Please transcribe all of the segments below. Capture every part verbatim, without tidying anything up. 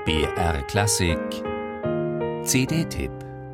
B R Klassik C D-Tipp.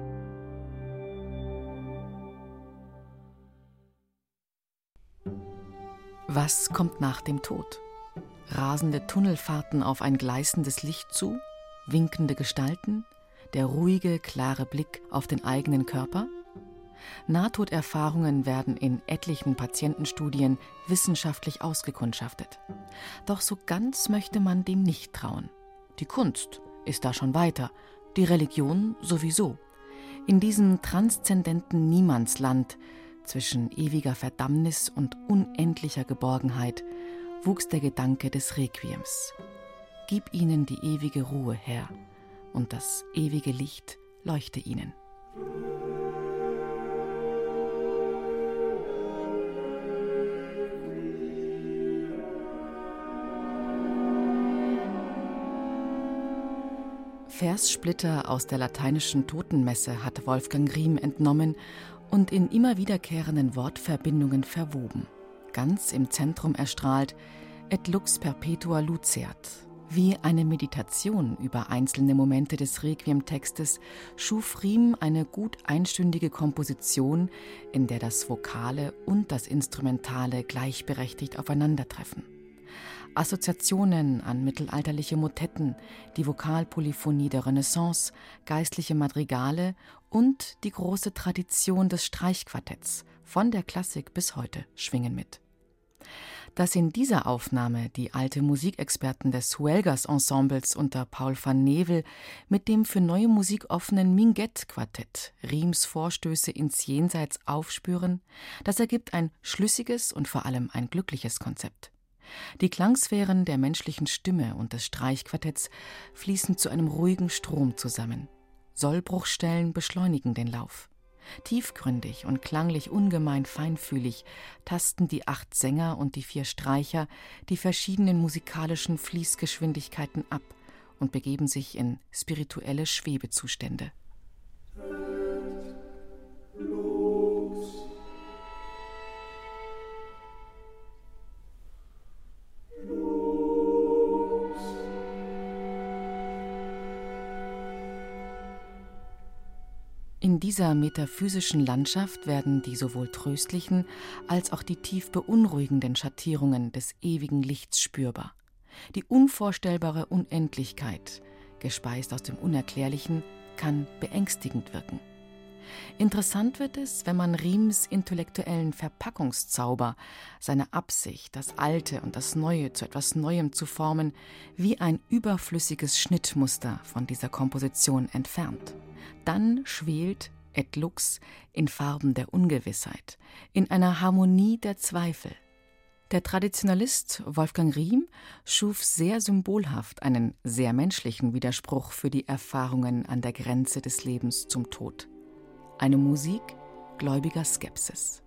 Was kommt nach dem Tod? Rasende Tunnelfahrten auf ein gleißendes Licht zu, winkende Gestalten, der ruhige, klare Blick auf den eigenen Körper? Nahtoderfahrungen werden in etlichen Patientenstudien wissenschaftlich ausgekundschaftet. Doch so ganz möchte man dem nicht trauen. Die Kunst ist da schon weiter, die Religion sowieso. In diesem transzendenten Niemandsland zwischen ewiger Verdammnis und unendlicher Geborgenheit wuchs der Gedanke des Requiems. Gib ihnen die ewige Ruhe, Herr, und das ewige Licht leuchte ihnen. Verssplitter aus der lateinischen Totenmesse hat Wolfgang Riem entnommen und in immer wiederkehrenden Wortverbindungen verwoben. Ganz im Zentrum erstrahlt Et lux perpetua luceat. Wie eine Meditation über einzelne Momente des Requiem-Textes schuf Riem eine gut einstündige Komposition, in der das Vokale und das Instrumentale gleichberechtigt aufeinandertreffen. Assoziationen an mittelalterliche Motetten, die Vokalpolyphonie der Renaissance, geistliche Madrigale und die große Tradition des Streichquartetts von der Klassik bis heute schwingen mit. Dass in dieser Aufnahme die alte Musikexperten des Huelgas-Ensembles unter Paul van Nevel mit dem für neue Musik offenen Minguett-Quartett Riems Vorstöße ins Jenseits aufspüren, das ergibt ein schlüssiges und vor allem ein glückliches Konzept. Die Klangsphären der menschlichen Stimme und des Streichquartetts fließen zu einem ruhigen Strom zusammen. Sollbruchstellen beschleunigen den Lauf. Tiefgründig und klanglich ungemein feinfühlig tasten die acht Sänger und die vier Streicher die verschiedenen musikalischen Fließgeschwindigkeiten ab und begeben sich in spirituelle Schwebezustände. In dieser metaphysischen Landschaft werden die sowohl tröstlichen als auch die tief beunruhigenden Schattierungen des ewigen Lichts spürbar. Die unvorstellbare Unendlichkeit, gespeist aus dem Unerklärlichen, kann beängstigend wirken. Interessant wird es, wenn man Riems intellektuellen Verpackungszauber, seine Absicht, das Alte und das Neue zu etwas Neuem zu formen, wie ein überflüssiges Schnittmuster von dieser Komposition entfernt. Dann schwelt Et lux in Farben der Ungewissheit, in einer Harmonie der Zweifel. Der Traditionalist Wolfgang Riem schuf sehr symbolhaft einen sehr menschlichen Widerspruch für die Erfahrungen an der Grenze des Lebens zum Tod. Eine Musik gläubiger Skepsis.